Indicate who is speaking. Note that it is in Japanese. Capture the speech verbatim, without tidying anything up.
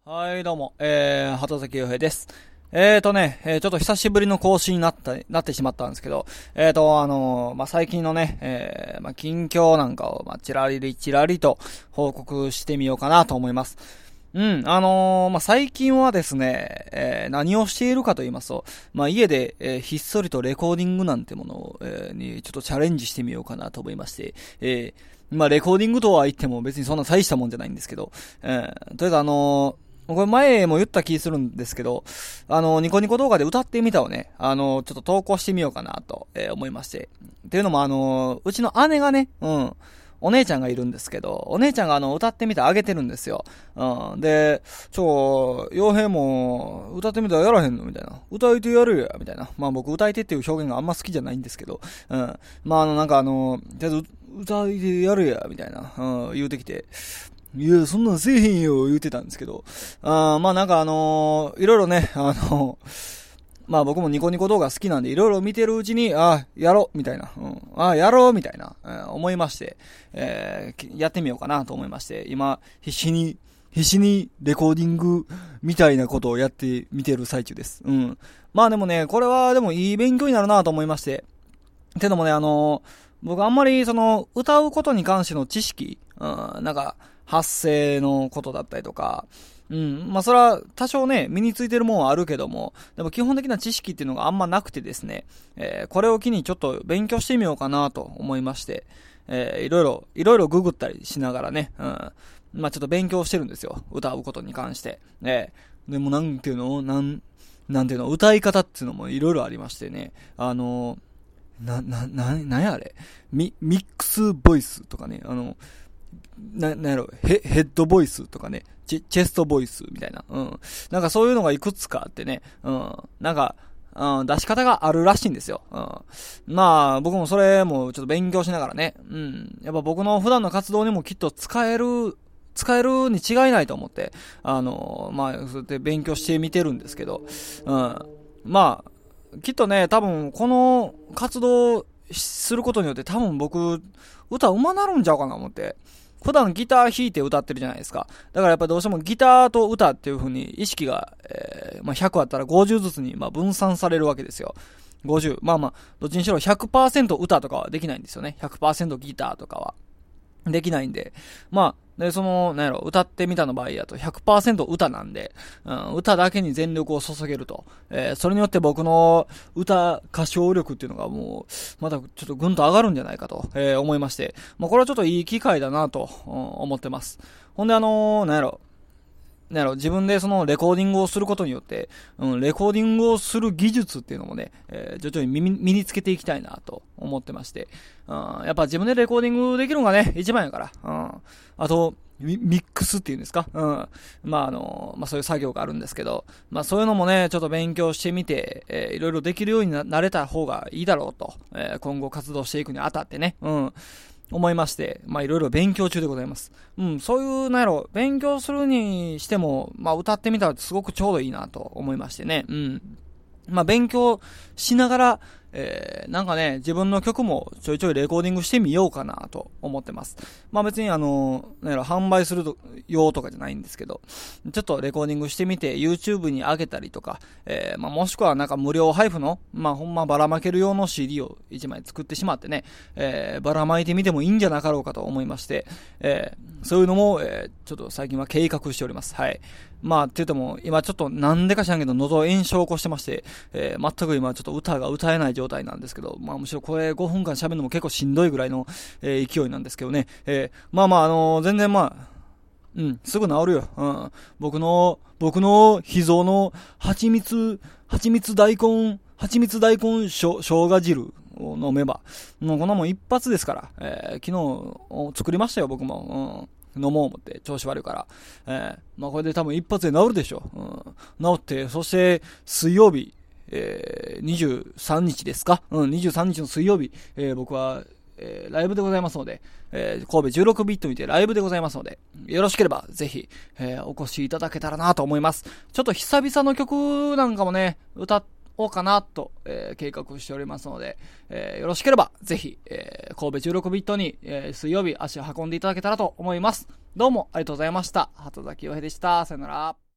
Speaker 1: はい、どうも、えー、鳩崎優平です。えーとね、えー、ちょっと久しぶりの更新になった、なってしまったんですけど、えーと、あのー、まあ、最近のね、えー、まあ、近況なんかを、まあ、ちらりちらりと報告してみようかなと思います。うん、あのー、まあ、最近はですね、えー、何をしているかと言いますと、まあ、家で、えー、ひっそりとレコーディングなんてものを、えー、にちょっとチャレンジしてみようかなと思いまして、えー、まあ、レコーディングとは言っても別にそんな大したもんじゃないんですけど、えー、とりあえずあのー、これ前も言った気するんですけど、あの、ニコニコ動画で歌ってみたをね、あの、ちょっと投稿してみようかなと、えー、思いまして。っていうのもあの、うちの姉がね、うん、お姉ちゃんがいるんですけど、お姉ちゃんがあの、歌ってみたあげてるんですよ。うん。で、ちょ、洋平も、歌ってみたらやらへんのみたいな。歌いてやるやみたいな。まあ僕歌いてっていう表現があんま好きじゃないんですけど、うん。まああの、なんかあの、とりあえず歌いてやるやみたいな、うん、言うてきて、いや、そんなんせえへんよ、言ってたんですけど。あまあなんかあのー、いろいろね、あのー、まあ僕もニコニコ動画好きなんで、いろいろ見てるうちに、ああ、やろう、みたいな。うん、ああ、やろう、みたいな、えー、思いまして、えー、やってみようかなと思いまして、今、必死に、必死にレコーディングみたいなことをやってみてる最中です。うん。まあでもね、これはでもいい勉強になるなと思いまして。てのもね、あのー、僕あんまりその、歌うことに関しての知識、うん、なんか、発声のことだったりとか、うん。まあ、それは多少ね、身についてるもんはあるけども、でも基本的な知識っていうのがあんまなくてですね、えー、これを機にちょっと勉強してみようかなと思いまして、えー、いろいろ、いろいろググったりしながらね、うん。まあ、ちょっと勉強してるんですよ。歌うことに関して。えー、でもなんていうのなん、なんていうの歌い方っていうのもいろいろありましてね、あのー、な、な、な、なんやあれミ、ミックスボイスとかね、あの、な、なんやろ、ヘ、ヘッドボイスとかね、チ、チェストボイスみたいな、うん。なんかそういうのがいくつかあってね、うん。なんか、うん、出し方があるらしいんですよ。うん。まあ、僕もそれもちょっと勉強しながらね、うん。やっぱ僕の普段の活動にもきっと使える、使えるに違いないと思って、あの、まあ、そうやって勉強してみてるんですけど、うん。まあ、きっとね、多分この活動することによって多分僕、歌上手なるんちゃうかな思って。普段ギター弾いて歌ってるじゃないですか。だからやっぱりどうしてもギターと歌っていう風に意識が、えー、まあひゃくあったらごじゅうずつにまあ分散されるわけですよ。ごじゅう。まあまあ、どっちにしろ ひゃくパーセント 歌とかはできないんですよね。ひゃくパーセント ギターとかは。できないんで。まあ、で、その、なんやろ、歌ってみたの場合やと ひゃくパーセント 歌なんで、うん、歌だけに全力を注げると。えー、それによって僕の歌、歌唱力っていうのがもう、またちょっとぐんと上がるんじゃないかと、えー、思いまして、まあこれはちょっといい機会だなと、うん、思ってます。ほんであのー、なんやろ、なんやろ、自分でそのレコーディングをすることによって、うん、レコーディングをする技術っていうのもね、えー、徐々に身につけていきたいなと思ってまして、うん、やっぱ自分でレコーディングできるのがね、一番やから、うん、あと、ミミックスっていうんですかうん。まあ、あの、まあそういう作業があるんですけど、まあそういうのもね、ちょっと勉強してみて、えー、いろいろできるようにななれた方がいいだろうと、えー、今後活動していくにあたってね、うん。思いまして、まあいろいろ勉強中でございます。うん、そういう、なんやろ、勉強するにしても、まあ歌ってみたらすごくちょうどいいなと思いましてね。うん。まあ勉強しながら、えー、なんかね、自分の曲もちょいちょいレコーディングしてみようかなと思ってます。まあ別にあの、なんやろ、販売する用とかじゃないんですけど、ちょっとレコーディングしてみて YouTube に上げたりとか、えー、まあもしくはなんか無料配布の、まあほんまばらまける用の シーディー をいちまい作ってしまってね、えー、ばらまいてみてもいいんじゃなかろうかと思いまして、えー、そういうのも、えー、ちょっと最近は計画しております。はい。まあ、って言っても、今ちょっとなんでか知らんけど喉炎症を起こしてまして、えー、全く今ちょっと歌が歌えない状態なんですけど、まあむしろこれごふんかん喋るのも結構しんどいぐらいの、えー、勢いなんですけどね。えー、まあまあ、あのー、全然まあ、うん、すぐ治るよ。うん。僕の、僕の秘蔵の蜂蜜、蜂蜜大根、蜂蜜大根しょ生姜汁を飲めば、もうこんなもん一発ですから、えー、昨日作りましたよ、僕も。うん。飲もう思って調子悪いから、えー、まあこれで多分一発で治るでしょう、うん、治って、そして水曜日、えー、にじゅうさんにちですか、うん、にじゅうさんにちの水曜日、えー、僕は、えー、ライブでございますので、えー、神戸じゅうろくビットにてライブでございますので、よろしければぜひ、えー、お越しいただけたらなと思います。ちょっと久々の曲なんかもね、歌おうかなと、えー、計画しておりますので、えー、よろしければぜひ、えー、神戸じゅうろくビットに、えー、水曜日足を運んでいただけたらと思います。どうもありがとうございました。鳩崎洋平でした。さよなら。